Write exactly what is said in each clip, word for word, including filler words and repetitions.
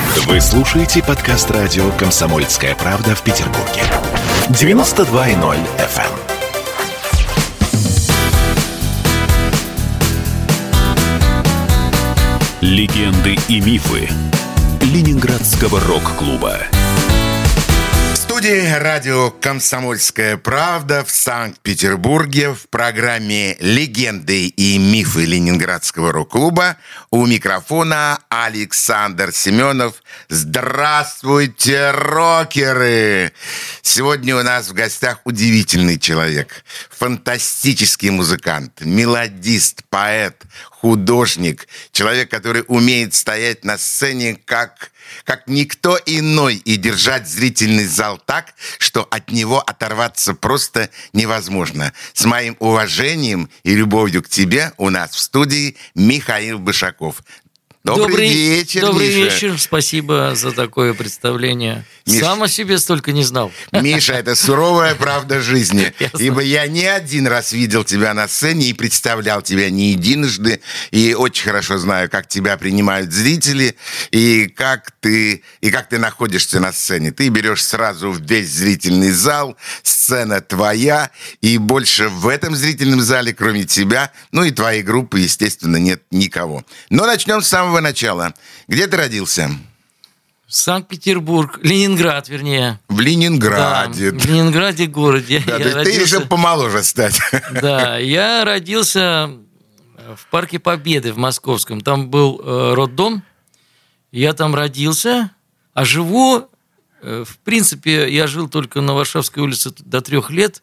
Вы слушаете подкаст радио «Комсомольская правда» в Петербурге. девяносто два и ноль эф эм. Легенды и мифы Ленинградского рок-клуба. В студии радио «Комсомольская правда» в Санкт-Петербурге в программе «Легенды и мифы Ленинградского рок-клуба» у микрофона Александр Семенов. Здравствуйте, рокеры! Сегодня у нас в гостях удивительный человек, фантастический музыкант, мелодист, поэт, художник, человек, который умеет стоять на сцене как, как никто иной и держать зрительный зал так, что от него оторваться просто невозможно. С моим уважением и любовью к тебе у нас в студии Михаил Бышаков. Добрый, добрый вечер, Добрый Миша. вечер, спасибо за такое представление. Миш, Сам о себе столько не знал. Миша, это суровая правда жизни. Ясно. Ибо я не один раз видел тебя на сцене и представлял тебя не единожды. И очень хорошо знаю, как тебя принимают зрители и как ты, и как ты находишься на сцене. Ты берешь сразу весь зрительный зал, сцена твоя, и больше в этом зрительном зале, кроме тебя, ну и твоей группы, естественно, нет никого. Но начнем с самого начала. Где ты родился? Санкт-Петербург, Ленинград, вернее. В Ленинграде. Да, в Ленинграде городе. Да, я ты родился... решил помоложе стать. Да, я родился в Парке Победы в Московском. Там был э, роддом. Я там родился, а живу... Э, в принципе, я жил только на Варшавской улице до трех лет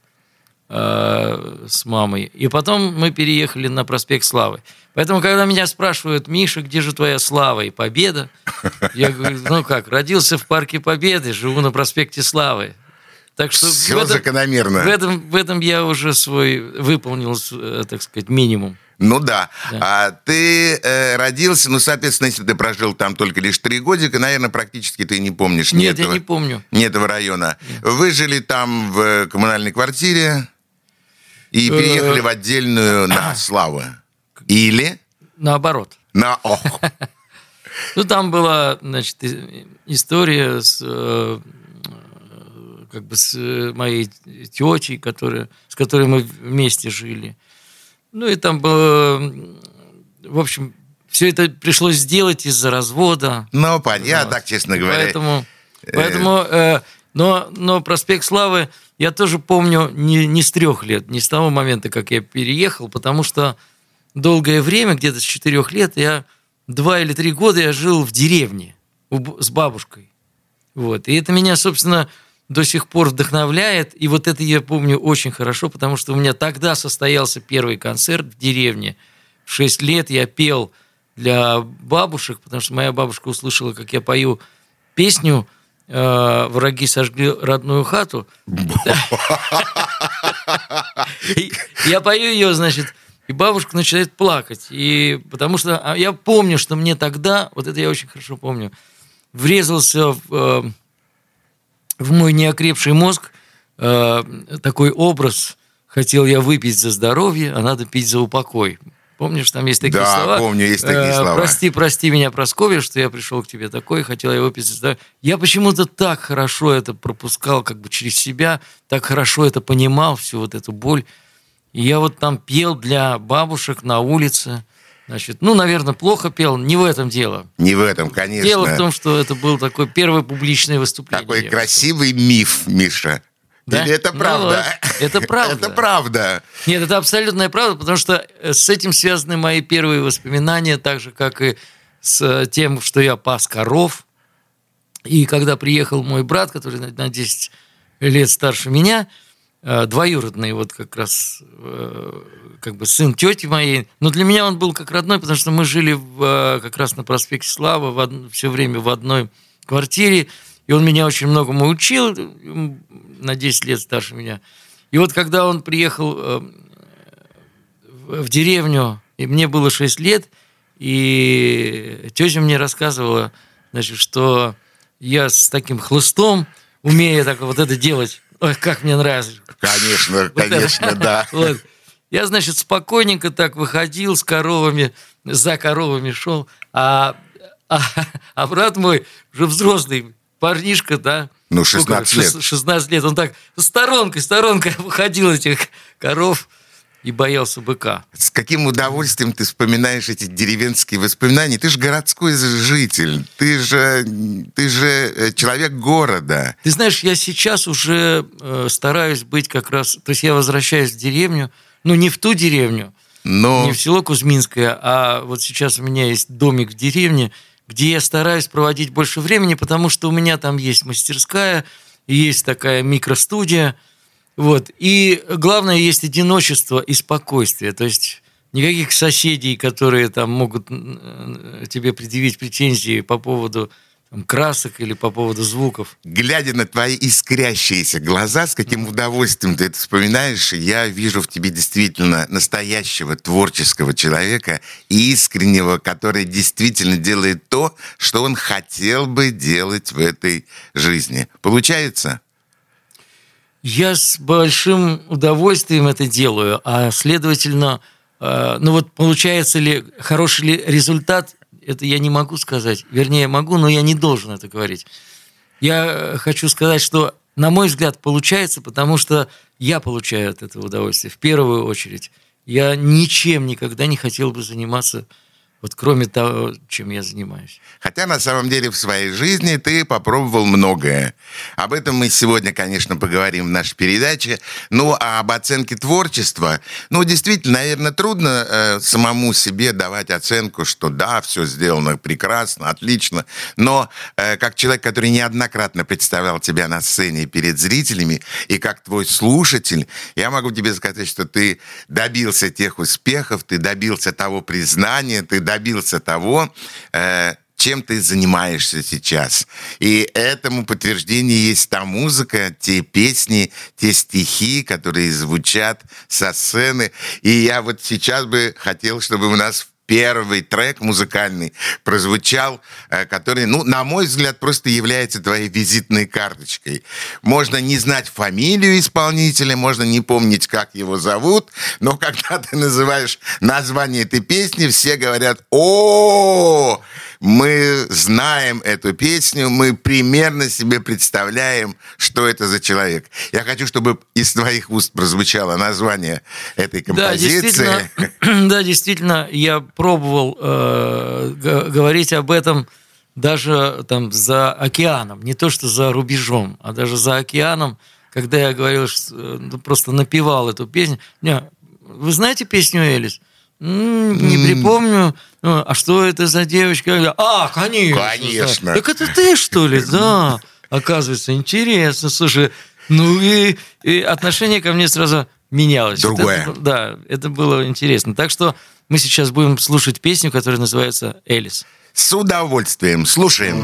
э, с мамой. И потом мы переехали на проспект Славы. Поэтому, когда меня спрашивают: Миша, где же твоя слава и победа? Я говорю, ну как, родился в Парке Победы, живу на проспекте Славы. Так что все в этом, закономерно. В этом, в этом я уже свой выполнил, так сказать, минимум. Ну да. Да. А ты э, родился, ну, соответственно, если ты прожил там только лишь три годика, наверное, практически ты не помнишь ни Нет, этого, я не помню. ни этого района. Нет. Вы жили там в коммунальной квартире и переехали в отдельную на Славу. Или? Наоборот. На Ох. Ну, там была, значит, история с, как бы с моей тетей, которая, с которой мы вместе жили. Ну, и там было, в общем, все это пришлось сделать из-за развода. Ну, понятно, вот. Так, честно говоря. Поэтому, поэтому э, но, но проспект Славы я тоже помню не, не с трех лет, не с того момента, как я переехал, потому что долгое время, где-то с четырех лет, я два или три года я жил в деревне с бабушкой. Вот. И это меня, собственно, до сих пор вдохновляет. И вот это я помню очень хорошо, потому что у меня тогда состоялся первый концерт в деревне. В шесть лет я пел для бабушек, потому что моя бабушка услышала, как я пою песню э, «Враги сожгли родную хату». Я пою ее, значит... И бабушка начинает плакать. И потому что я помню, что мне тогда, вот это я очень хорошо помню, врезался в, в мой неокрепший мозг э, такой образ: хотел я выпить за здоровье, а надо пить за упокой. Помнишь, там есть такие да, слова? Да, помню, есть такие слова. Прости, прости меня, Прасковья, что я пришел к тебе такой, хотел я выпить за здоровье. Я почему-то так хорошо это пропускал как бы через себя, так хорошо это понимал, всю вот эту боль. И я вот там пел для бабушек на улице. Значит, ну, наверное, плохо пел, не в этом дело. Не в этом, конечно. Дело в том, что это было такое первое публичное выступление. Такой красивый миф, Миша. Да? Или это правда? Ну, вот. Это правда. Это правда. Нет, это абсолютная правда, потому что с этим связаны мои первые воспоминания, так же, как и с тем, что я пас коров. И когда приехал мой брат, который на десять лет старше меня, двоюродный, вот как раз как бы сын тети моей. Но для меня он был как родной, потому что мы жили в, как раз на проспекте Славы в од... все время в одной квартире, и он меня очень многому учил, на десять лет старше меня. И вот когда он приехал в деревню, и мне было шесть лет, и тетя мне рассказывала, значит, что я с таким хлыстом, умея так вот это делать, ой, как мне нравится. Конечно, конечно, да. Вот. Я, значит, спокойненько так выходил с коровами, за коровами шел, а, А, а брат мой уже взрослый парнишка, да? Ну, шестнадцать лет. шестнадцать лет. Он так сторонкой, сторонкой выходил этих коров и боялся быка. С каким удовольствием ты вспоминаешь эти деревенские воспоминания? Ты же городской житель, ты же, ты же человек города. Ты знаешь, я сейчас уже э, стараюсь быть как раз... То есть я возвращаюсь в деревню, ну, не в ту деревню, Но... не в село Кузьминское, а вот сейчас у меня есть домик в деревне, где я стараюсь проводить больше времени, потому что у меня там есть мастерская, есть такая микростудия, вот. И главное, есть одиночество и спокойствие, то есть никаких соседей, которые там могут тебе предъявить претензии по поводу там, красок или по поводу звуков. Глядя на твои искрящиеся глаза, с каким удовольствием ты это вспоминаешь, я вижу в тебе действительно настоящего творческого человека, искреннего, который действительно делает то, что он хотел бы делать в этой жизни. Получается? Я с большим удовольствием это делаю, а следовательно, э, ну вот получается ли, хороший ли результат, это я не могу сказать. Вернее, могу, но я не должен это говорить. Я хочу сказать, что, на мой взгляд, получается, потому что я получаю от этого удовольствие. В первую очередь. Я ничем никогда не хотел бы заниматься, вот кроме того, чем я занимаюсь. Хотя, на самом деле, в своей жизни ты попробовал многое. Об этом мы сегодня, конечно, поговорим в нашей передаче. Ну, а об оценке творчества, ну, действительно, наверное, трудно э, самому себе давать оценку, что да, все сделано прекрасно, отлично. Но э, как человек, который неоднократно представлял тебя на сцене перед зрителями, и как твой слушатель, я могу тебе сказать, что ты добился тех успехов, ты добился того признания, ты добился того, э, чем ты занимаешься сейчас. И этому подтверждение есть та музыка, те песни, те стихи, которые звучат со сцены. И я вот сейчас бы хотел, чтобы у нас первый трек музыкальный прозвучал, который, ну, на мой взгляд, просто является твоей визитной карточкой. Можно не знать фамилию исполнителя, можно не помнить, как его зовут, но когда ты называешь название этой песни, все говорят: «О, мы знаем эту песню, мы примерно себе представляем, что это за человек». Я хочу, чтобы из твоих уст прозвучало название этой композиции. Да, действительно, да, действительно я пробовал э, г- говорить об этом даже там за океаном, не то что за рубежом, а даже за океаном, когда я говорил, что, ну, просто напевал эту песню. Не, вы знаете песню «Элис»? М-м, не припомню. Ну, а что это за девочка? А, конечно. Конечно. Так это ты, что ли? Да. Оказывается, интересно. Слушай, ну и, и отношение ко мне сразу менялось. Другое. Вот это, да, это было интересно. Так что мы сейчас будем слушать песню, которая называется «Элис». С удовольствием. Слушаем.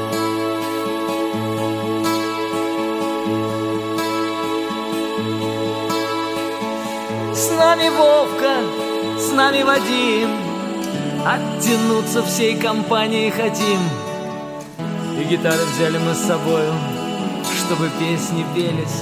С нами Вовка, с нами Вадим, оттянуться всей компанией хотим. И гитары взяли мы с собою, чтобы песни пелись.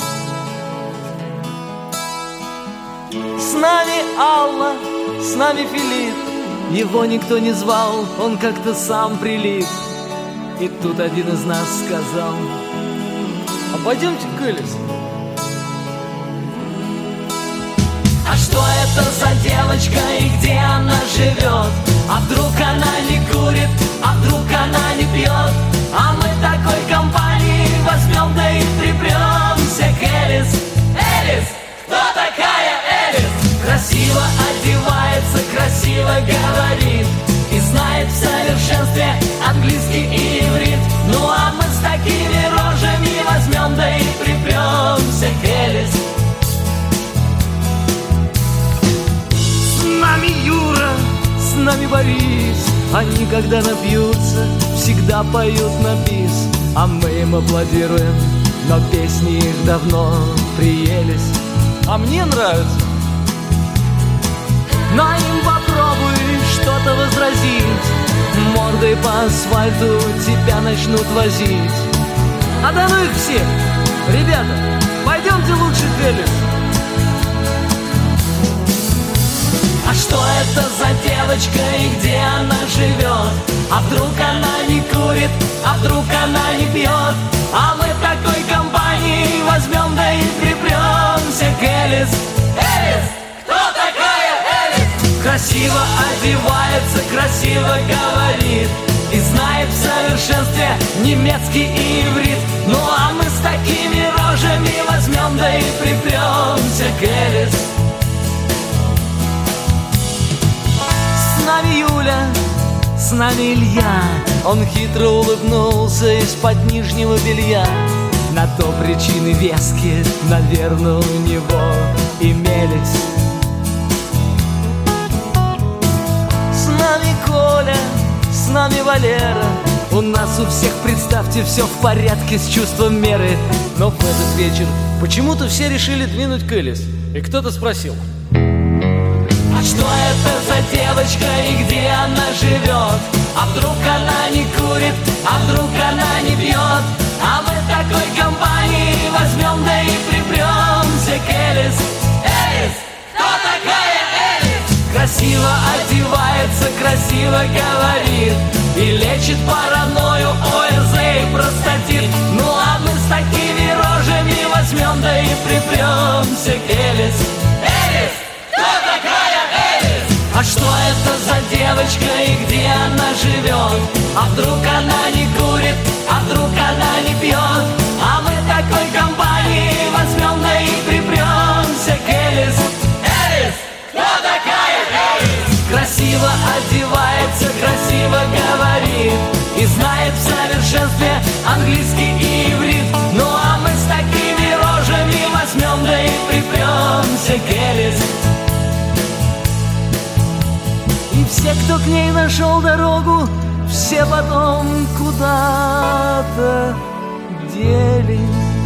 С нами Алла, с нами Филипп, его никто не звал, он как-то сам прилип. И тут один из нас сказал: а пойдемте к Элис. А что это за девочка и где она живет? А вдруг она не курит, а вдруг она не пьет? А мы такой компании возьмем, да и припремся к Элис. Элис, кто такая Элис? Красиво одевается, красиво говорит и знает в совершенстве английский и иврит. Ну а мы с такими рожами возьмем, да и припремся к Элис. С нами Юра, с нами Борис, они когда напьются, всегда поют на бис. А мы им аплодируем, но песни их давно приелись. А мне нравится. Но им попробуй что-то возразить, мордой по асфальту тебя начнут возить. А да ну их всех! Ребята, пойдемте лучше к Элис. А что это за девочка и где она живет? А вдруг она не курит, а вдруг она не пьет? А мы такой компанией возьмем, да и припремся к Элис. Элис! Кто такая Элис? Красиво одевается, красиво говорит и знает в совершенстве немецкий и иврит. Ну а мы с такими рожами возьмем, да и припремся к Элис. С нами Юля, с нами Илья. Он хитро улыбнулся из-под нижнего белья. На то причины веские, наверное, у него имелись. С нами Коля, с нами Валера. У нас у всех, представьте, все в порядке с чувством меры. Но в этот вечер почему-то все решили двинуть к Элис. И кто-то спросил: а что это за девочка и где она живет? А вдруг она не курит, а вдруг она не пьет? А мы такой компанией возьмем, да и припремся к Элис. Элис! Кто такая Элис? Красиво одевается, красиво говорит и лечит паранойю, ОРЗ и простатит. Ну а мы с такими рожами возьмем, да и припремся к Элис. Элис! Кто такая Элис? А что это за девочка и где она живет? А вдруг она не курит, а вдруг она не пьет? А мы такой компанией возьмем, да и припремся к Элис. Элис! Кто такая Элис? Красиво одевается, красиво говорит и знает в совершенстве английский и иврит. Ну а мы с такими рожами возьмем, да и припремся к Элис. И все, кто к ней нашел дорогу, все потом куда-то делись.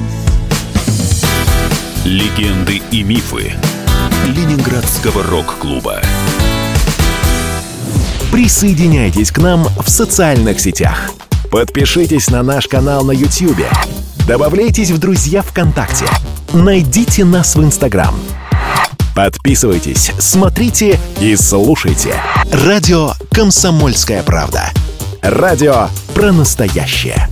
Легенды и мифы Ленинградского рок-клуба. Присоединяйтесь к нам в социальных сетях. Подпишитесь на наш канал на YouTube. Добавляйтесь в друзья ВКонтакте. Найдите нас в Инстаграм. Подписывайтесь, смотрите и слушайте. Радио «Комсомольская правда». Радио про настоящее.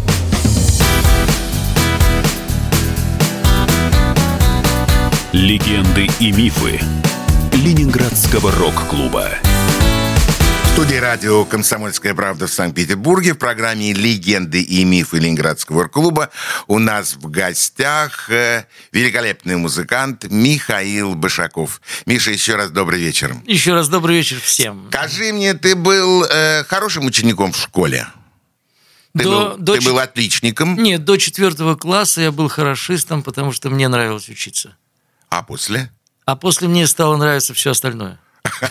Легенды и мифы Ленинградского рок-клуба. В студии радио «Комсомольская правда» в Санкт-Петербурге в программе «Легенды и мифы Ленинградского рок-клуба» у нас в гостях э, великолепный музыкант Михаил Башаков. Миша, еще раз добрый вечер. Еще раз добрый вечер всем. Скажи мне, ты был э, хорошим учеником в школе? Ты, до, был, до ты чет... был отличником? Нет, до четвертого класса я был хорошистом, потому что мне нравилось учиться. А после? А после мне стало нравиться все остальное.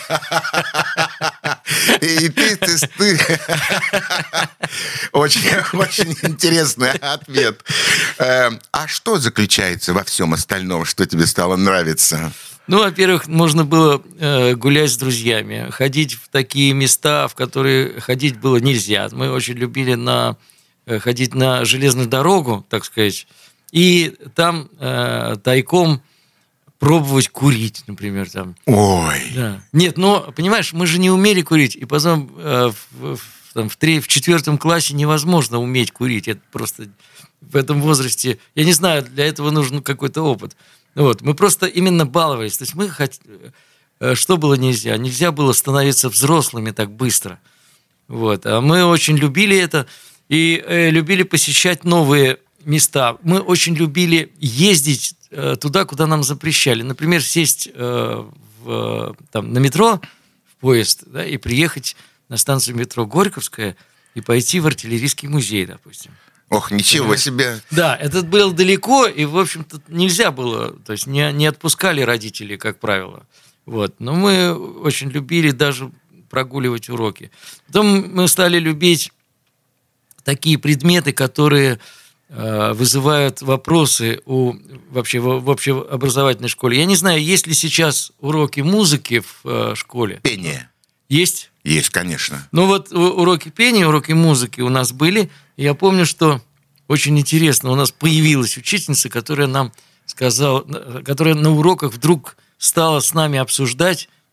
И ты, ты, ты... Очень, очень интересный ответ. А что заключается во всем остальном, что тебе стало нравиться? Ну, во-первых, можно было э, гулять с друзьями, ходить в такие места, в которые ходить было нельзя. Мы очень любили на, э, ходить на железную дорогу, так сказать, и там э, тайком пробовать курить, например, там. Ой. Да. Нет, но, понимаешь, мы же не умели курить, и потом э, в, в, там, в, три, в четвертом классе невозможно уметь курить. Это просто в этом возрасте, я не знаю, для этого нужен какой-то опыт. Вот. Мы просто именно баловались. То есть мы хот... Что было нельзя? Нельзя было становиться взрослыми так быстро. Вот. А мы очень любили это и э, любили посещать новые места. Мы очень любили ездить туда, куда нам запрещали. Например, сесть э, в, там, на метро, в поезд, да, и приехать на станцию метро Горьковская и пойти в артиллерийский музей, допустим. Ох, ничего да. себе! Да, это было далеко, и, в общем-то, нельзя было, то есть не, не отпускали родители, как правило. Вот. Но мы очень любили даже прогуливать уроки. Потом мы стали любить такие предметы, которые вызывают вопросы у, вообще в, в общеобразовательной школе. Я не знаю, есть ли сейчас уроки музыки в э, школе? Пение. Есть? Есть, конечно. Ну вот уроки пения, уроки музыки у нас были. Я помню, что очень интересно, у нас появилась учительница, которая нам сказала, которая на уроках вдруг стала с нами обсуждать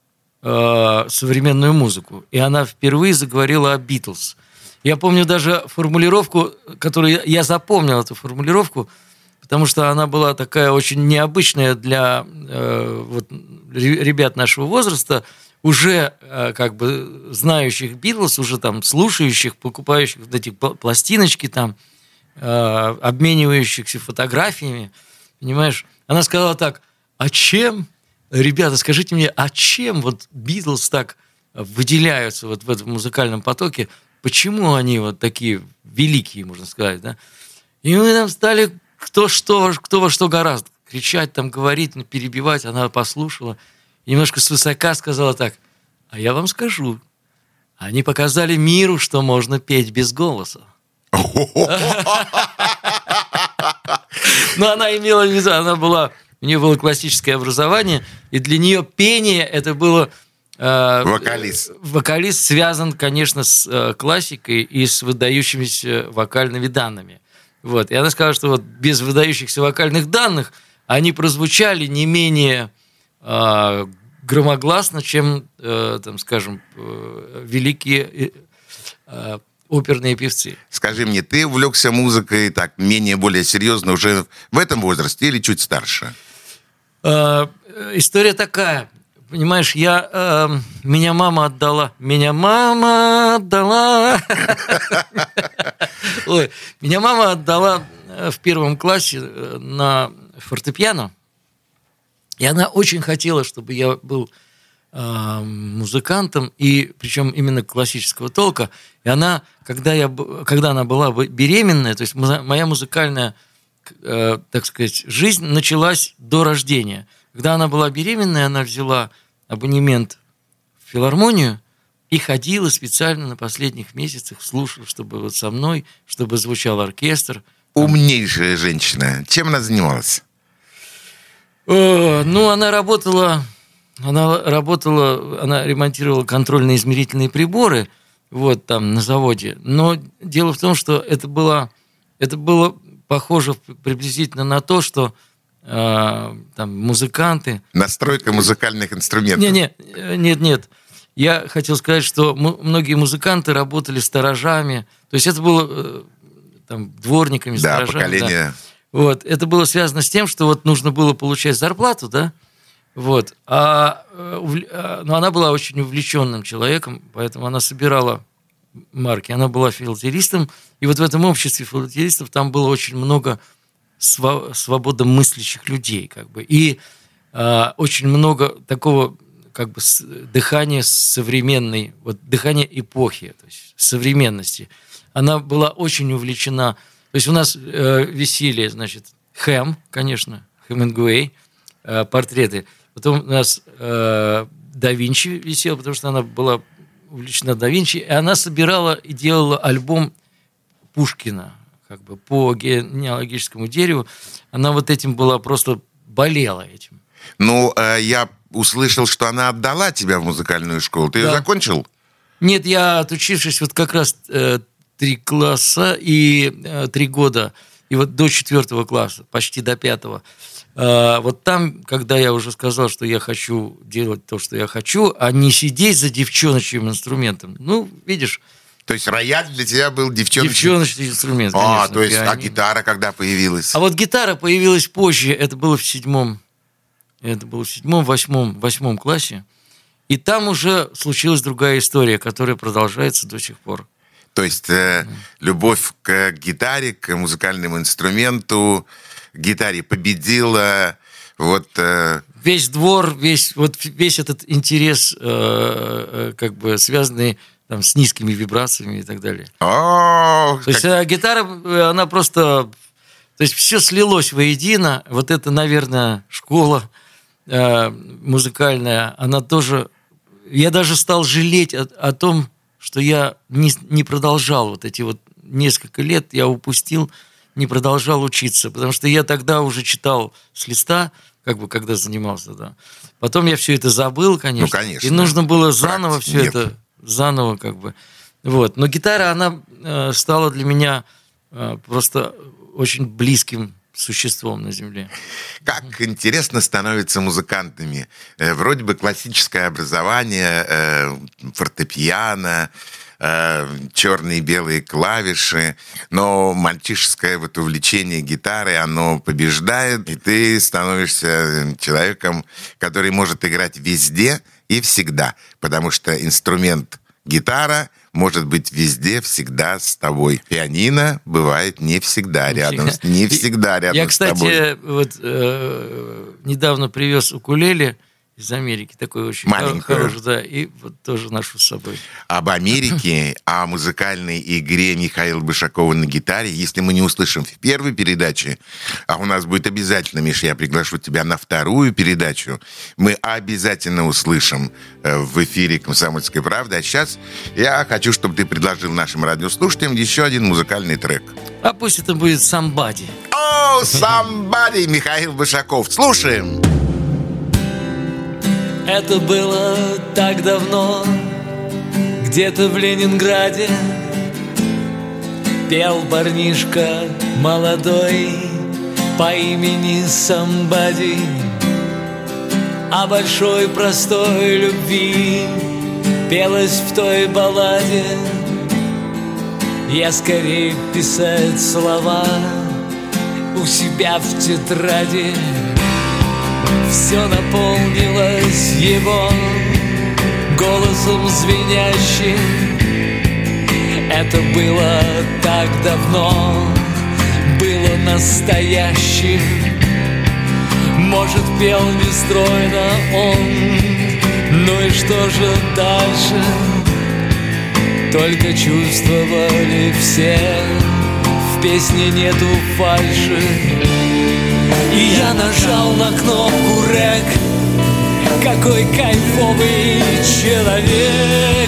э, современную музыку. И она впервые заговорила о Битлз. Я помню даже формулировку, которую я запомнил, эту формулировку, потому что она была такая очень необычная для э, вот, ребят нашего возраста, уже э, как бы знающих Битлз, уже там слушающих, покупающих вот эти пластиночки, там, э, обменивающихся фотографиями, понимаешь? Она сказала так: а чем, ребята, скажите мне, а чем вот Битлз так выделяются вот в этом музыкальном потоке? Почему они вот такие великие, можно сказать, да? И мы там стали кто что, кто во что гораздо кричать, там говорить, перебивать. Она послушала, немножко свысока сказала так: а я вам скажу, они показали миру, что можно петь без голоса. Но она имела в виду, она была, у нее было классическое образование, и для нее пение это было... Вокалист. Вокалист связан, конечно, с классикой и с выдающимися вокальными данными. Вот. И она сказала, что вот без выдающихся вокальных данных они прозвучали не менее э, громогласно, чем, э, там, скажем, э, великие э, оперные певцы. Скажи мне, ты увлекся музыкой так менее, более серьезно уже в этом возрасте или чуть старше? Э, история такая. Понимаешь, я, э, меня мама отдала. Меня мама отдала. Ой, меня мама отдала в первом классе на фортепиано. И она очень хотела, чтобы я был э, музыкантом, и причем именно классического толка. И она, когда, я, когда она была беременная, то есть моя музыкальная, э, так сказать, жизнь началась до рождения. Когда она была беременная, она взяла абонемент в филармонию и ходила специально на последних месяцах, слушала, чтобы вот со мной, чтобы звучал оркестр. Умнейшая женщина. Чем она занималась? О, ну, она работала, она работала, она ремонтировала контрольно-измерительные приборы, вот там на заводе. Но дело в том, что это было, это было похоже приблизительно на то, что там музыканты... Настройка музыкальных инструментов. Не, не, нет, нет. Я хотел сказать, что многие музыканты работали сторожами. То есть это было там, дворниками, да, сторожами. Поколение. Да. Вот. Это было связано с тем, что вот нужно было получать зарплату, да? Вот. А, но она была очень увлеченным человеком, поэтому она собирала марки. Она была филателистом. И вот в этом обществе филателистов там было очень много свободомыслящих людей, как бы, и э, очень много такого, как бы, дыхания современной, вот дыхания эпохи, то есть современности. Она была очень увлечена. То есть у нас э, висели, значит, Хэм, конечно, Хемингуэй, э, портреты. Потом у нас э, да Винчи висел, потому что она была увлечена да Винчи, и она собирала и делала альбом Пушкина. Как бы по генеалогическому дереву, она вот этим была, просто болела этим. Ну, э, я услышал, что она отдала тебя в музыкальную школу. Ты да. ее закончил? Нет, я, отучившись вот как раз э, три класса и э, три года, и вот до четвертого класса, почти до пятого, э, вот там, когда я уже сказал, что я хочу делать то, что я хочу, а не сидеть за девчоночьим инструментом. Ну, видишь... То есть рояль для тебя был девчоночный... Девчоночный инструмент, конечно. А, то есть, пианино. А гитара когда появилась? А вот гитара появилась позже, это было в седьмом, это было в седьмом, восьмом, восьмом классе. И там уже случилась другая история, которая продолжается до сих пор. То есть, э, любовь к гитаре, к музыкальному инструменту, к гитаре победила, вот... Э... Весь двор, весь, вот весь этот интерес, э, э, как бы связанный... Там, с низкими вибрациями и так далее. О, то есть как... гитара, она просто... То есть все слилось воедино. Вот это, наверное, школа э, музыкальная, она тоже... Я даже стал жалеть о, о том, что я не, не продолжал вот эти вот несколько лет, я упустил, не продолжал учиться. Потому что я тогда уже читал с листа, как бы, когда занимался, да. Потом я все это забыл, конечно. Ну, конечно. И нужно было заново все Нет. это... заново как бы. Вот. Но гитара, она э, стала для меня э, просто очень близким существом на земле. Как интересно становиться музыкантами. Э, вроде бы классическое образование, э, фортепиано, э, черные и белые клавиши, но мальчишеское вот увлечение гитарой, оно побеждает, и ты становишься человеком, который может играть везде и всегда, потому что инструмент гитара может быть везде, всегда с тобой. Пианино бывает не всегда рядом, не всегда рядом Я, с тобой. Я, кстати, вот э, недавно привез укулеле из Америки, такой очень маленькую. Хороший, да, и вот тоже ношу с собой. Об Америке, о музыкальной игре Михаила Башакова на гитаре, если мы не услышим в первой передаче, а у нас будет обязательно, Миша, я приглашу тебя на вторую передачу, мы обязательно услышим в эфире «Комсомольской правды». А сейчас я хочу, чтобы ты предложил нашим радиослушателям еще один музыкальный трек. А пусть это будет «Somebody». О, oh, «Somebody», Михаил Башаков. Слушаем. Это было так давно, где-то в Ленинграде пел парнишка молодой по имени Somebody о большой простой любви пелось в той балладе. Я скорее писать слова у себя в тетради. Все наполнилось его голосом звенящим. Это было так давно, было настоящим. Может, пел нестройно он, ну и что же дальше? Только чувствовали все, в песне нету фальши. И я нажал на кнопку рэк. Какой кайфовый человек!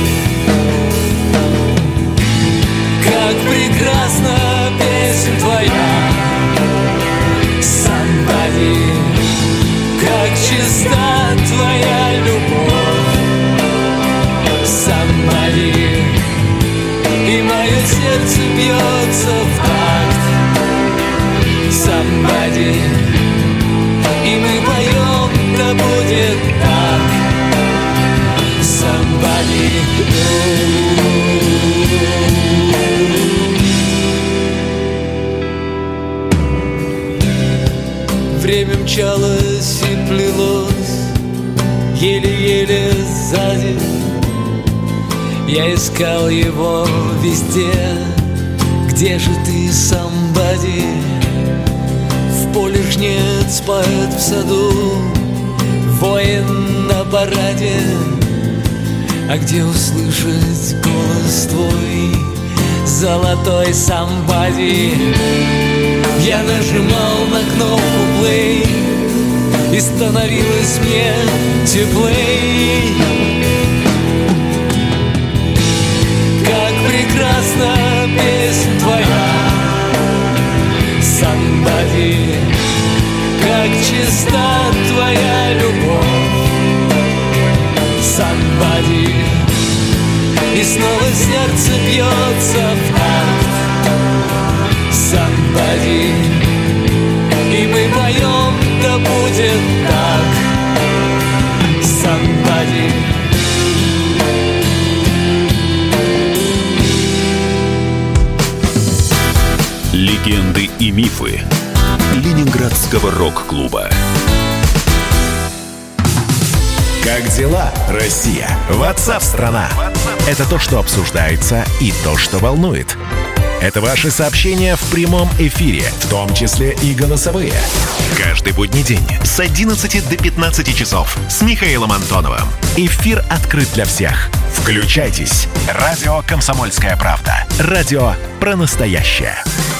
Как прекрасна песня твоя, Somebody, как чиста твоя любовь, Somebody, и мое сердце бьется в такт, Somebody, и мы поем, да будет так, Somebody. Время мчалось и плелось, еле-еле сзади. Я искал его везде, где же ты, Somebody? В поле жнец поет в саду, воин на параде. А где услышать голос твой, золотой Somebody? Я нажимал на кнопку play, и становилось мне теплей. Как прекрасна песня твоя, Somebody, как чиста твоя любовь, Somebody, и снова сердце бьется в такт, Somebody, и мы поем, да будет так, Somebody. Легенды и мифы Ленинградского рок-клуба. Как дела, Россия? WhatsApp-страна! Это то, что обсуждается, и то, что волнует. Это ваши сообщения в прямом эфире, в том числе и голосовые. Каждый будний день с одиннадцати до пятнадцати часов с Михаилом Антоновым. Эфир открыт для всех. Включайтесь. Радио «Комсомольская правда». Радио про настоящее.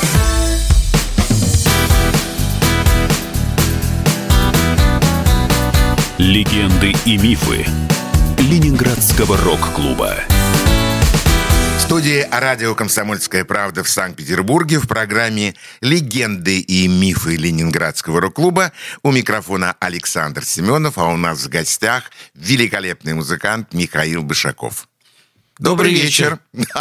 Легенды и мифы Ленинградского рок-клуба. В студии радио «Комсомольская правда» в Санкт-Петербурге в программе «Легенды и мифы Ленинградского рок-клуба». У микрофона Александр Семенов, а у нас в гостях великолепный музыкант Михаил Башаков. Добрый вечер.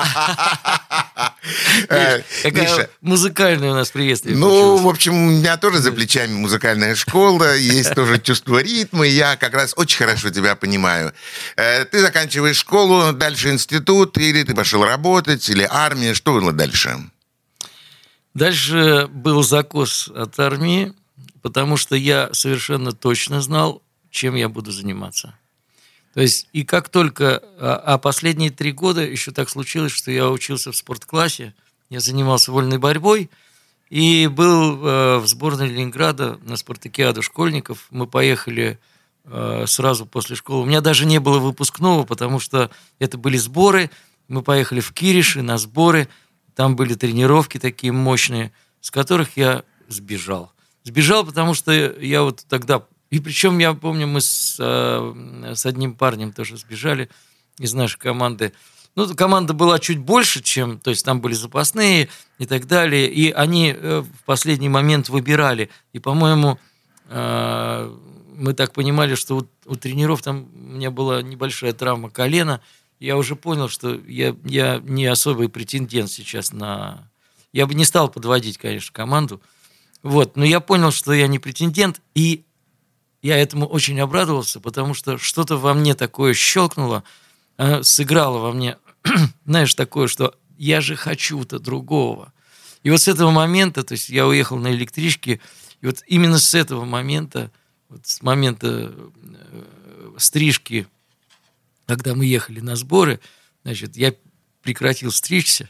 Какая музыкальная у нас приветствие. Ну, в общем, у меня тоже за плечами музыкальная школа, есть тоже чувство ритма, и я как раз очень хорошо тебя понимаю. Ты заканчиваешь школу, дальше институт, или ты пошел работать, или армия, что было дальше? Дальше был закос от армии, потому что я совершенно точно знал, чем я буду заниматься. То есть, и как только... А последние три года еще так случилось, что я учился в спортклассе, я занимался вольной борьбой и был в сборной Ленинграда на спартакиаду школьников. Мы поехали сразу после школы. У меня даже не было выпускного, потому что это были сборы. Мы поехали в Кириши на сборы. Там были тренировки такие мощные, с которых я сбежал. Сбежал, потому что я вот тогда... И причем, я помню, мы с, с одним парнем тоже сбежали из нашей команды. Ну, команда была чуть больше, чем... То есть там были запасные и так далее. И они в последний момент выбирали. И, по-моему, мы так понимали, что у, у тренеров там у меня была небольшая травма колена. Я уже понял, что я, я не особый претендент сейчас на... Я бы не стал подводить, конечно, команду. Вот. Но я понял, что я не претендент, и я этому очень обрадовался, потому что что-то во мне такое щелкнуло, сыграло во мне, знаешь, такое, что я же хочу-то другого. И вот с этого момента, то есть я уехал на электричке, и вот именно с этого момента, вот с момента стрижки, когда мы ехали на сборы, значит, я прекратил стричься.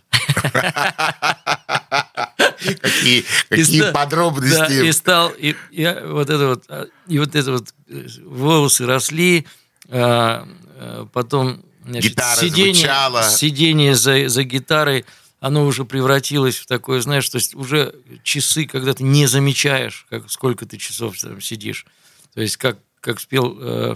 Какие, какие и подробности. Да, и стал, и, и, вот это вот, и вот это вот волосы росли, а, а, потом, значит, гитара сидение, звучала. Сидение за, за гитарой, оно уже превратилось в такое, знаешь, то есть уже часы, когда ты не замечаешь, как, сколько ты часов там сидишь. То есть как, как спел... Э,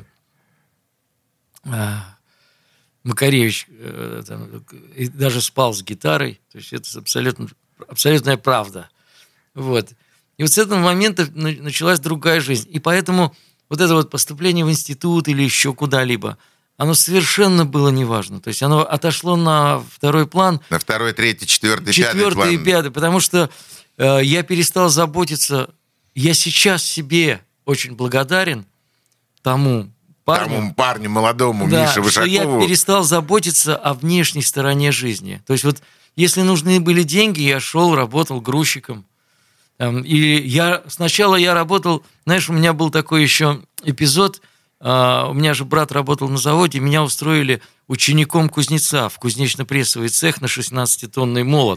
э, Макаревич э, там, и даже спал с гитарой, то есть это абсолютно, абсолютная правда. Вот. И вот с этого момента началась другая жизнь. И поэтому вот это вот поступление в институт или еще куда-либо, оно совершенно было неважно. То есть оно отошло на второй план. На второй, третий, четвертый, четвертый пятый план. Четвертый и пятый, потому что э, я перестал заботиться. Я сейчас себе очень благодарен тому, парню, Тому парню молодому, да, Мише что Вышакову. Я перестал заботиться о внешней стороне жизни. То есть вот если нужны были деньги, я шел, работал грузчиком. Там, и я, сначала я работал, знаешь, у меня был такой еще эпизод, а, у меня же брат работал на заводе, меня устроили учеником кузнеца в кузнечно-прессовый цех на шестнадцатитонный молот.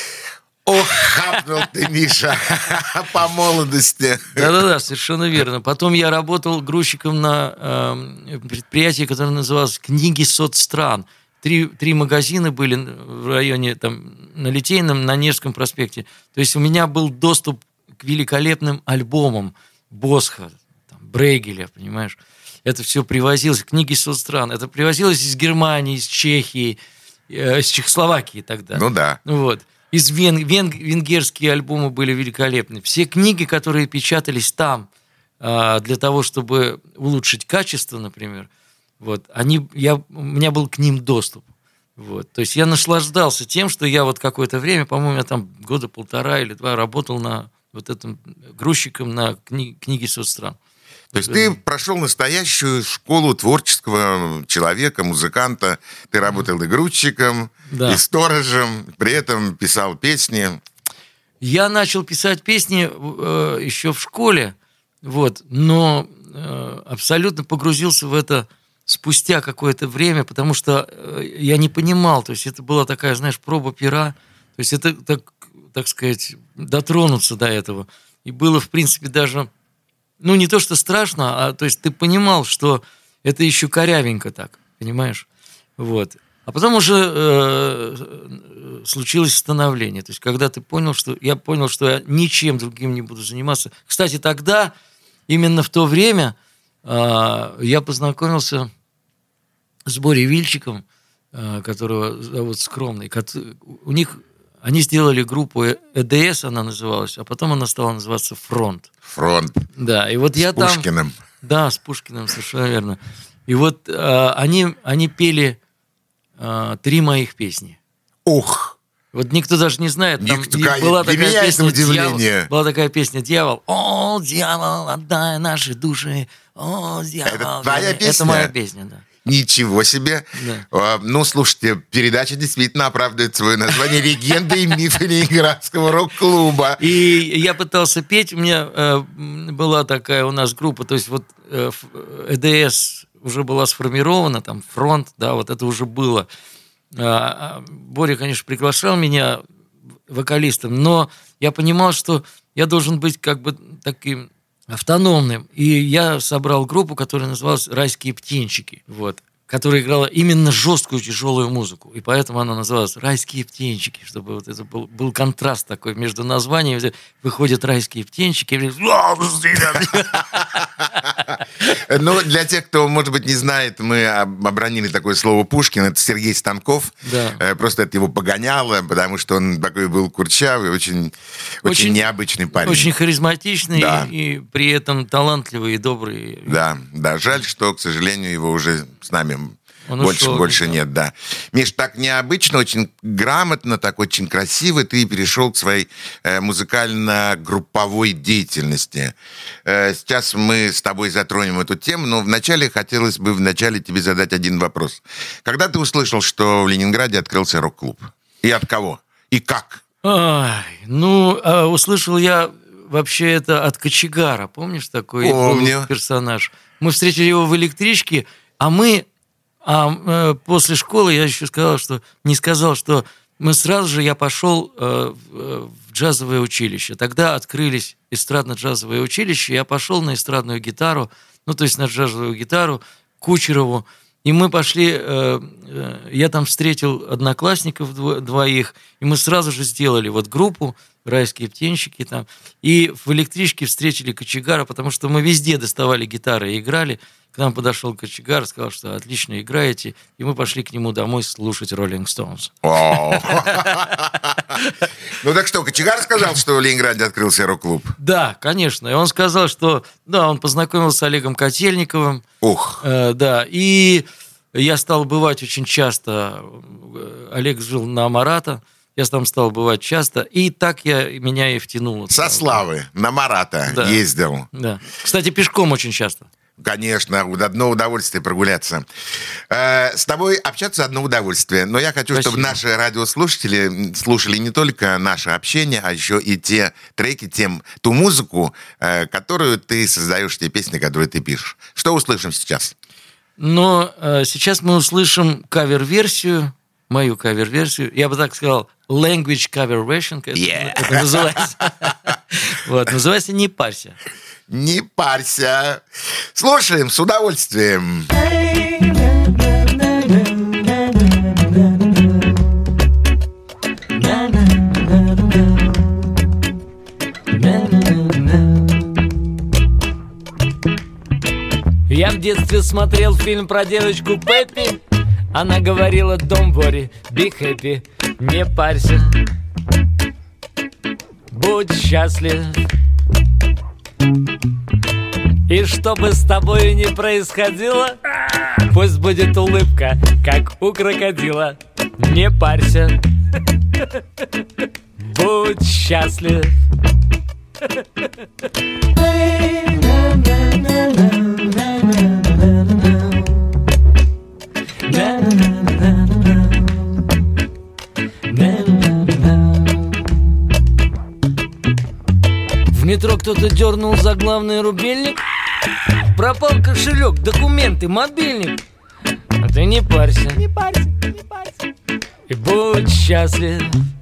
Ох, хапнул ты, Миша, по молодости. Да-да-да, совершенно верно. Потом я работал грузчиком на э, предприятии, которое называлось «Книги соцстран». Три, три магазина были в районе, там, на Литейном, на Невском проспекте. То есть у меня был доступ к великолепным альбомам Босха, там, Брейгеля, понимаешь? Это все привозилось, книги соцстран. Это привозилось из Германии, из Чехии, э, из Чехословакии тогда. Ну да. Вот. Из вен, вен, венгерские альбомы были великолепны. Все книги, которые печатались там э, для того, чтобы улучшить качество, например, вот, они, я, у меня был к ним доступ. Вот. То есть я наслаждался тем, что я вот какое-то время, по-моему, я там года полтора или два работал на вот этом грузчиком на кни, книге соцстран. То есть ты прошел настоящую школу творческого человека, музыканта. Ты работал и грузчиком, да. и сторожем, при этом писал песни. Я начал писать песни э, еще в школе, вот, но э, абсолютно погрузился в это спустя какое-то время, потому что э, я не понимал, то есть это была такая, знаешь, проба пера, то есть это, так, так сказать, дотронуться до этого. И было, в принципе, даже... Ну, не то, что страшно, а то есть ты понимал, что это еще корявенько так, понимаешь? Вот. А потом уже э, случилось становление. То есть когда ты понял, что... Я понял, что я ничем другим не буду заниматься. Кстати, тогда, именно в то время, э, я познакомился с Борей Вильчиком, э, которого зовут Скромный. У них... Они сделали группу ЭДС, она называлась, а потом она стала называться «Фронт». «Фронт». Да, и вот с я там... С Пушкиным. Да, с Пушкиным, совершенно верно. И вот э, они, они пели э, три моих песни. Ух! Вот никто даже не знает. Там Никто, была для такая меня это песня удивление. «Дьявол». Была такая песня «Дьявол». О, дьявол, отдай наши души. О, дьявол. Это твоя песня? Это моя песня, да. Ничего себе. Да. А, ну, слушайте, передача действительно оправдывает свое название «Легенды и мифы Ленинградского рок-клуба». И я пытался петь. У меня э, была такая у нас группа, то есть вот э, ЭДС уже была сформирована, там фронт, да, вот это уже было. А, Боря, конечно, приглашал меня вокалистом, но я понимал, что я должен быть как бы таким автономным. И я собрал группу, которая называлась «Райские птенчики», вот, которая играла именно жесткую, тяжелую музыку. И поэтому она называлась «Райские птенчики», чтобы вот это был, был контраст такой между названием. Выходят «Райские птенчики». Ну, для тех, кто, может быть, не знает, мы обронили такое слово Пушкин. Это Сергей Станков. Да. Просто это его погоняло, потому что он такой был курчавый, очень, очень, очень необычный парень. Очень харизматичный, да. и при этом талантливый и добрый. Да, да. Жаль, что, к сожалению, его уже с нами Он больше, ушел, больше да. нет, да. Миш, так необычно, очень грамотно, так очень красиво ты перешел к своей э, музыкально-групповой деятельности. Э, сейчас мы с тобой затронем эту тему, но вначале хотелось бы вначале тебе задать один вопрос. Когда ты услышал, что в Ленинграде открылся рок-клуб? И от кого? И как? Ай, ну, а услышал я вообще это от Кочегара. Помнишь такой Помню. персонаж? Мы встретили его в электричке, а мы... А э, после школы я еще сказал, что не сказал, что мы сразу же я пошел э, в, в джазовое училище. Тогда открылись эстрадно-джазовое училище, я пошел на эстрадную гитару, ну то есть на джазовую гитару Кучерову, и мы пошли. Э, э, я там встретил одноклассников дво, двоих, и мы сразу же сделали вот группу «Райские птенчики» там, и в электричке встретили Кочегара, потому что мы везде доставали гитары и играли. К нам подошел Кочегар, сказал, что отлично играете, и мы пошли к нему домой слушать Rolling Stones. Ну так что, Кочегар сказал, что в Ленинграде открылся рок-клуб? Да, конечно. И он сказал, что да, он познакомился с Олегом Котельниковым. Ух. Э, да, и я стал бывать очень часто. Олег жил на Марата. Я там стал бывать часто, и так я, меня и втянуло. Со Славы на Марата да. ездил. Да. Кстати, пешком очень часто. Конечно, одно удовольствие прогуляться. Э, с тобой общаться одно удовольствие. Но я хочу, Спасибо. чтобы наши радиослушатели слушали не только наше общение, а еще и те треки, тем, ту музыку, э, которую ты создаешь, те песни, которые ты пишешь. Что услышим сейчас? Но э, сейчас мы услышим кавер-версию, мою кавер-версию. Я бы так сказал, language cover version. Это, Yeah. это называется. Вот, называется «Не парься». Не парься. Слушаем с удовольствием. Я в детстве смотрел фильм про девочку Пеппи. Она говорила: don't worry, be happy. Не парься, будь счастлив. И что бы с тобой ни происходило, пусть будет улыбка, как у крокодила. Не парься, будь счастлив. В метро кто-то дернул за главный рубильник. Пропал кошелек, документы, мобильник. А ты не парься, Не парься, не парься. и будь счастлив.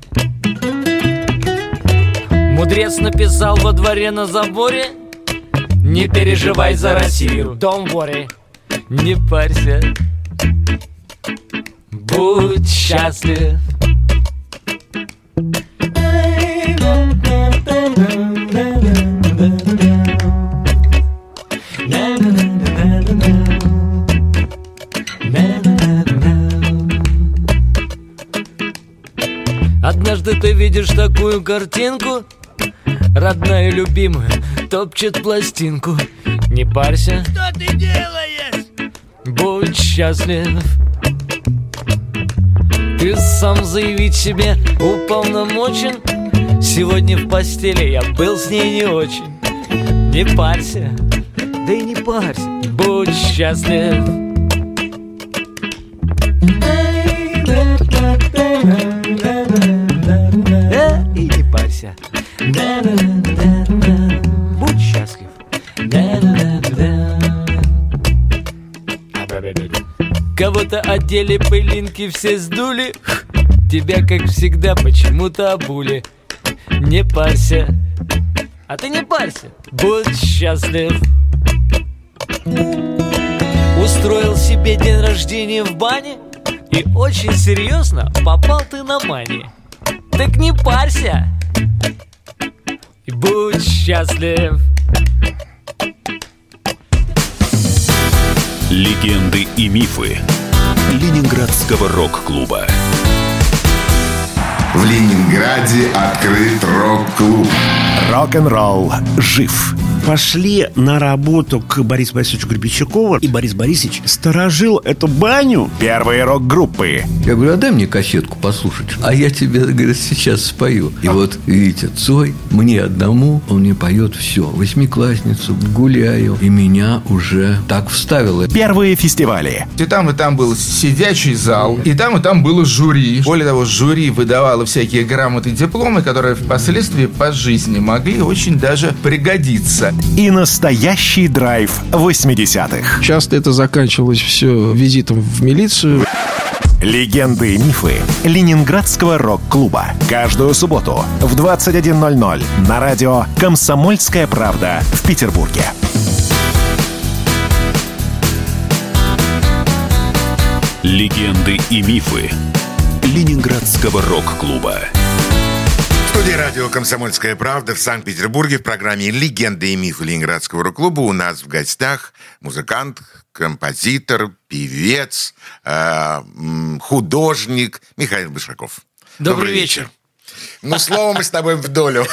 Мудрец написал во дворе на заборе: Не переживай за Россию, don't worry. не парься, Будь счастлив. Однажды ты видишь такую картинку: родная и любимая топчет пластинку. Не парься, Что ты делаешь? будь счастлив. И сам заявить себе уполномочен. Сегодня в постели я был с ней не очень. Не парься, да и не парься, будь счастлив. Да и не парься, будь счастлив. Кого-то одели, пылинки все сдули. Тебя, как всегда, почему-то обули. Не парься, а ты не парься, будь счастлив. Устроил себе день рождения в бане, и очень серьезно попал ты на мани. Так не парься и будь счастлив. Легенды и мифы Ленинградского рок-клуба. В Ленинграде открыт рок-клуб. Рок-н-ролл жив. Пошли на работу к Борису Борисовичу Гребенщикову, и Борис Борисович сторожил эту баню. Первые рок-группы. Я говорю, а дай мне кассетку послушать. А я тебе, говорит, сейчас спою. И вот, видите, Цой, мне одному, он мне поет все. Восьмиклассницу, гуляю. И меня уже так вставило. Первые фестивали. И там, и там был сидячий зал, и там, и там было жюри. Более того, жюри выдавало всякие грамоты и дипломы, которые впоследствии по жизни могли очень даже пригодиться. И настоящий драйв восьмидесятых. Часто это заканчивалось все визитом в милицию. Легенды и мифы Ленинградского рок-клуба. Каждую субботу в двадцать один ноль ноль на радио «Комсомольская правда» в Петербурге. Легенды и мифы Ленинградского рок-клуба. В студии радио «Комсомольская правда» в Санкт-Петербурге в программе «Легенды и мифы Ленинградского рок-клуба» у нас в гостях музыкант, композитор, певец, э, художник Михаил Башаков. Добрый, Добрый вечер. вечер. Ну, слово мы с тобой в долю.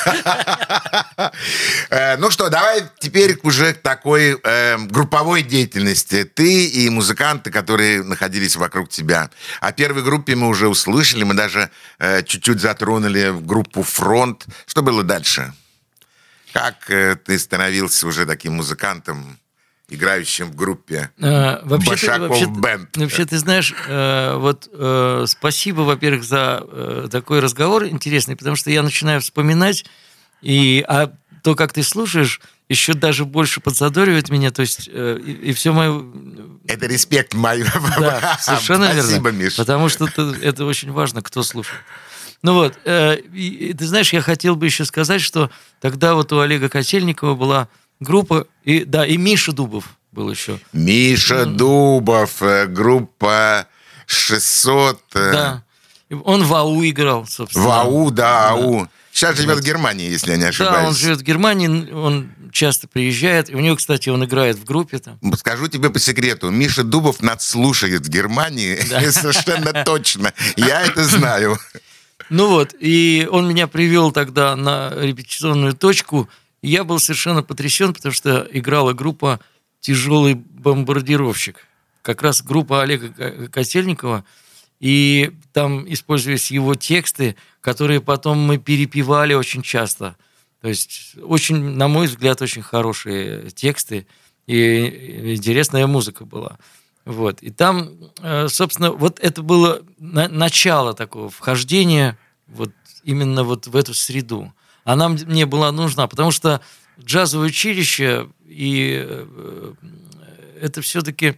Ну что, давай теперь уже к такой групповой деятельности. Ты и музыканты, которые находились вокруг тебя. О первой группе мы уже услышали, мы даже чуть-чуть затронули группу «Фронт». Что было дальше? Как ты становился уже таким музыкантом, играющим в группе а, вообще Башаков вообще, Бэнд? Вообще, ты знаешь, э, вот э, спасибо, во-первых, за э, такой разговор интересный, потому что я начинаю вспоминать, и, а то, как ты слушаешь, еще даже больше подзадоривает меня, то есть э, и, и все мое... Это респект мой. Да, совершенно верно. Спасибо, Миш. Потому что это, это очень важно, кто слушает. Ну вот, э, и, ты знаешь, я хотел бы еще сказать, что тогда вот у Олега Котельникова была группа, и, да, и Миша Дубов был еще. Миша Дубов, группа шестьсот. Да, он в АУ играл, собственно. В АУ, да, АУ. Да. Сейчас живет в Германии, если я не ошибаюсь. Да, он живет в Германии, он часто приезжает. И у него, кстати, он играет в группе там. Скажу тебе по секрету, Миша Дубов нас слушает в Германии, да. Совершенно точно. Я это знаю. Ну вот, и он меня привел тогда на репетиционную точку. И я был совершенно потрясен, потому что играла группа «Тяжелый бомбардировщик». Как раз группа Олега Котельникова. И там использовались его тексты, которые потом мы перепевали очень часто. То есть, очень, на мой взгляд, очень хорошие тексты. И интересная музыка была. Вот. И там, собственно, вот это было начало такого вхождения вот именно вот в эту среду. Она мне была нужна, потому что джазовое училище, и это все-таки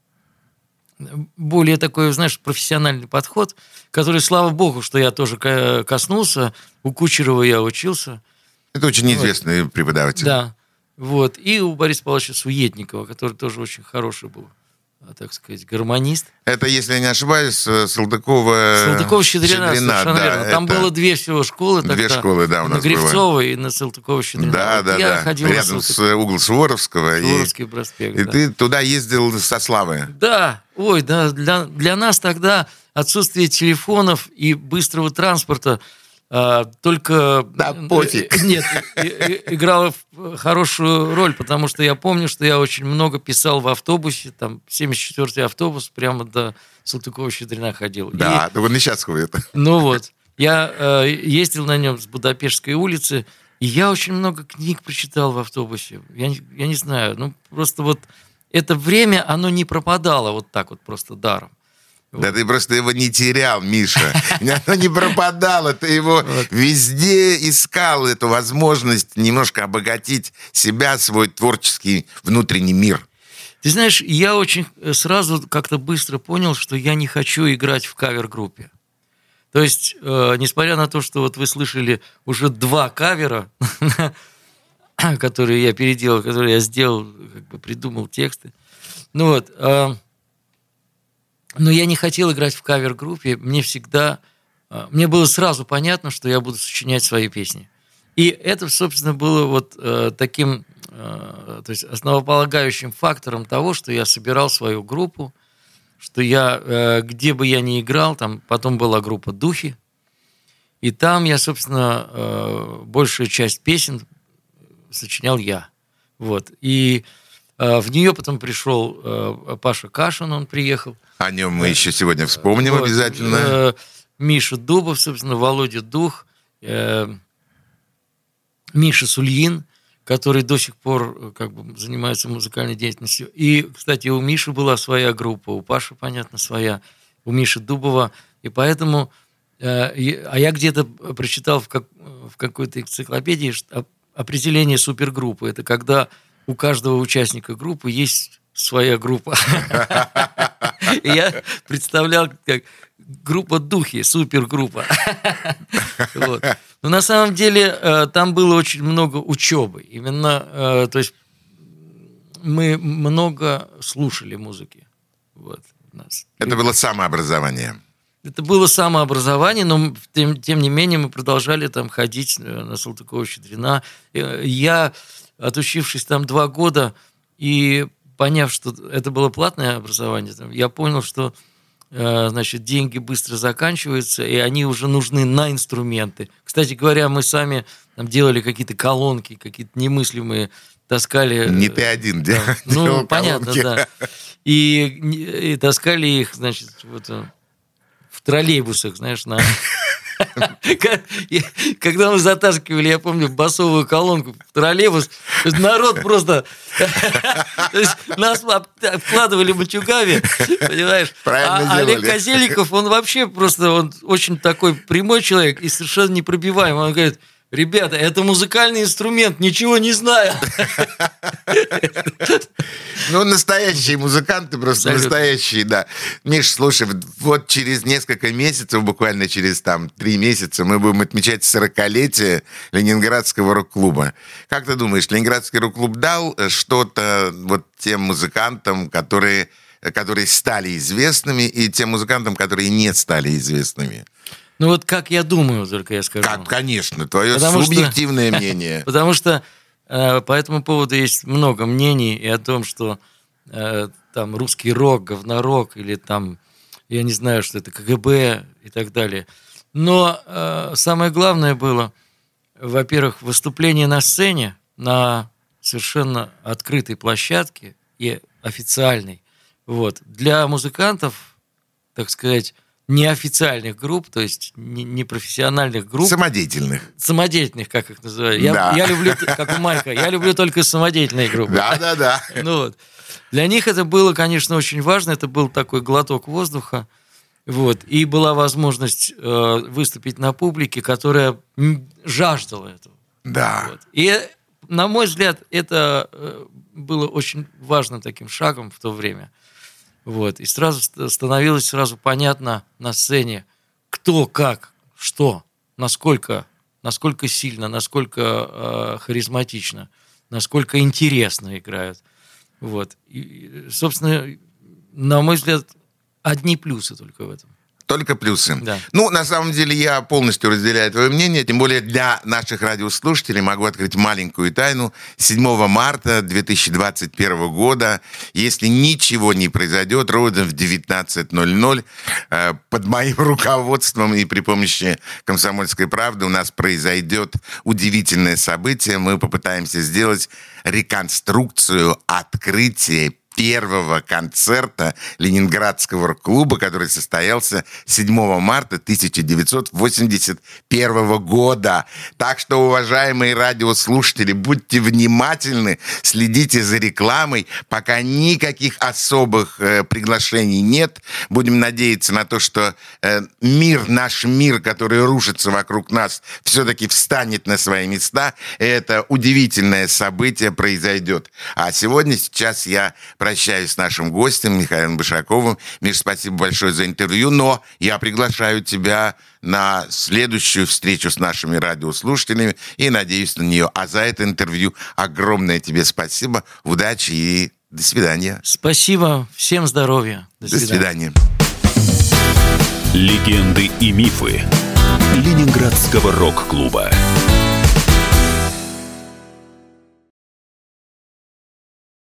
более такой, знаешь, профессиональный подход, который, слава богу, что я тоже коснулся. У Кучерова я учился. Это очень известный вот. Преподаватель. Да. Вот. И у Бориса Павловича Суетникова, который тоже очень хороший был, так сказать, гармонист. Это, если я не ошибаюсь, Салтыкова... Салтыкова-Щедрина, совершенно да, верно. Там это... было две всего школы. Две тогда, школы, да, у нас на Гривцова было. И на Салтыкова-Щедрина. Да, вот да, я да. ходил рядом с угол Суворовского. Суворовский и... проспект, И да. ты туда ездил со Славы. Да, ой, да, для, для нас тогда отсутствие телефонов и быстрого транспорта А, только... Да, пофиг. Нет, играла хорошую роль, потому что я помню, что я очень много писал в автобусе, там, семьдесят четвёртый автобус, прямо до Салтыкова-Щедрина ходил. Да, и, он и сейчас ходит. Ну вот, я э, ездил на нем с Будапештской улицы, и я очень много книг прочитал в автобусе. Я, я не знаю, ну просто вот это время, оно не пропадало вот так вот просто даром. Да ты просто его не терял, Миша. Оно не пропадало. Ты его везде искал, эту возможность немножко обогатить себя, свой творческий внутренний мир. Ты знаешь, я очень сразу как-то быстро понял, что я не хочу играть в кавер-группе. То есть, э, несмотря на то, что вот вы слышали уже два кавера, которые я переделал, которые я сделал, как бы придумал тексты. Ну вот... Э, Но я не хотел играть в кавер-группе. Мне всегда... Мне было сразу понятно, что я буду сочинять свои песни. И это, собственно, было вот э, таким... Э, то есть основополагающим фактором того, что я собирал свою группу, что я, э, где бы я ни играл, там потом была группа «Духи», и там я, собственно, э, большую часть песен сочинял я. Вот. И э, в нее потом пришел э, Паша Кашин, он приехал. О нем мы еще сегодня вспомним вот, обязательно. Э, Миша Дубов, собственно, Володя Дух, э, Миша Сульин, который до сих пор как бы занимается музыкальной деятельностью. И, кстати, у Миши была своя группа, у Паши, понятно, своя, у Миши Дубова. И поэтому... Э, а я где-то прочитал в, как, в какой-то энциклопедии что определение супергруппы. Это когда у каждого участника группы есть своя группа. И я представлял, как группа «Духи», супергруппа. Вот. Но на самом деле там было очень много учебы. Именно, то есть мы много слушали музыки. Вот, у нас. Это было самообразование. Это было самообразование, но тем, тем не менее мы продолжали там ходить на Салтыкова-Щедрина. Я, отучившись там два года и поняв, что это было платное образование, я понял, что значит, деньги быстро заканчиваются, и они уже нужны на инструменты. Кстати говоря, мы сами там делали какие-то колонки, какие-то немыслимые, таскали... Не ты один да, делал Ну, колонки. Понятно, да. И, и таскали их, значит, вот в троллейбусах, знаешь, на... Когда мы затаскивали, я помню, басовую колонку в троллейбус, народ просто... То есть нас обкладывали матюгами, понимаешь? А Олег Козельников, он вообще просто, он очень такой прямой человек и совершенно непробиваемый. Он говорит: ребята, это музыкальный инструмент, ничего не знаю. Ну, настоящие музыканты, просто Абсолютно. настоящие, да. Миш, слушай, вот через несколько месяцев, буквально через там три месяца, мы будем отмечать сорокалетие Ленинградского рок-клуба. Как ты думаешь, Ленинградский рок-клуб дал что-то вот тем музыкантам, которые, которые стали известными, и тем музыкантам, которые не стали известными? Ну вот как я думаю, только я скажу. Как, конечно, твое потому субъективное что, мнение. Потому что э, по этому поводу есть много мнений и о том, что э, там русский рок, говнорок, или там, я не знаю, что это, ка гэ бэ и так далее. Но э, самое главное было, во-первых, выступление на сцене, на совершенно открытой площадке и официальной. Вот. Для музыкантов, так сказать, неофициальных групп, то есть непрофессиональных групп. Самодеятельных. Самодеятельных, как их называют. Я, да. я люблю, как у Майка, я люблю только самодеятельные группы. Да, да, да. Ну, вот. Для них это было, конечно, очень важно. Это был такой глоток воздуха. Вот. И была возможность э, выступить на публике, которая жаждала этого. Да. Вот. И, на мой взгляд, это э, было очень важным таким шагом в то время. Вот. И сразу становилось сразу понятно на сцене, кто, как, что, насколько, насколько сильно, насколько э, харизматично, насколько интересно играют. Вот. И, собственно, на мой взгляд, одни плюсы только в этом. Только плюсы. Да. Ну, на самом деле, я полностью разделяю твое мнение. Тем более для наших радиослушателей могу открыть маленькую тайну. седьмого марта две тысячи двадцать первого года, если ничего не произойдет, ровно в девятнадцать ноль ноль, под моим руководством и при помощи «Комсомольской правды» у нас произойдет удивительное событие. Мы попытаемся сделать реконструкцию открытия первого концерта Ленинградского рок-клуба, который состоялся седьмого марта тысяча девятьсот восемьдесят первого года. Так что, уважаемые радиослушатели, будьте внимательны, следите за рекламой. Пока никаких особых э, приглашений нет. Будем надеяться на то, что э, мир, наш мир, который рушится вокруг нас, все-таки встанет на свои места. Это удивительное событие произойдет. А сегодня, сейчас я прощаюсь с нашим гостем Михаилом Башаковым. Миш, спасибо большое за интервью, но я приглашаю тебя на следующую встречу с нашими радиослушателями и надеюсь на нее. А за это интервью огромное тебе спасибо, удачи и до свидания. Спасибо, всем здоровья. До свидания. До свидания. Легенды и мифы Ленинградского рок-клуба.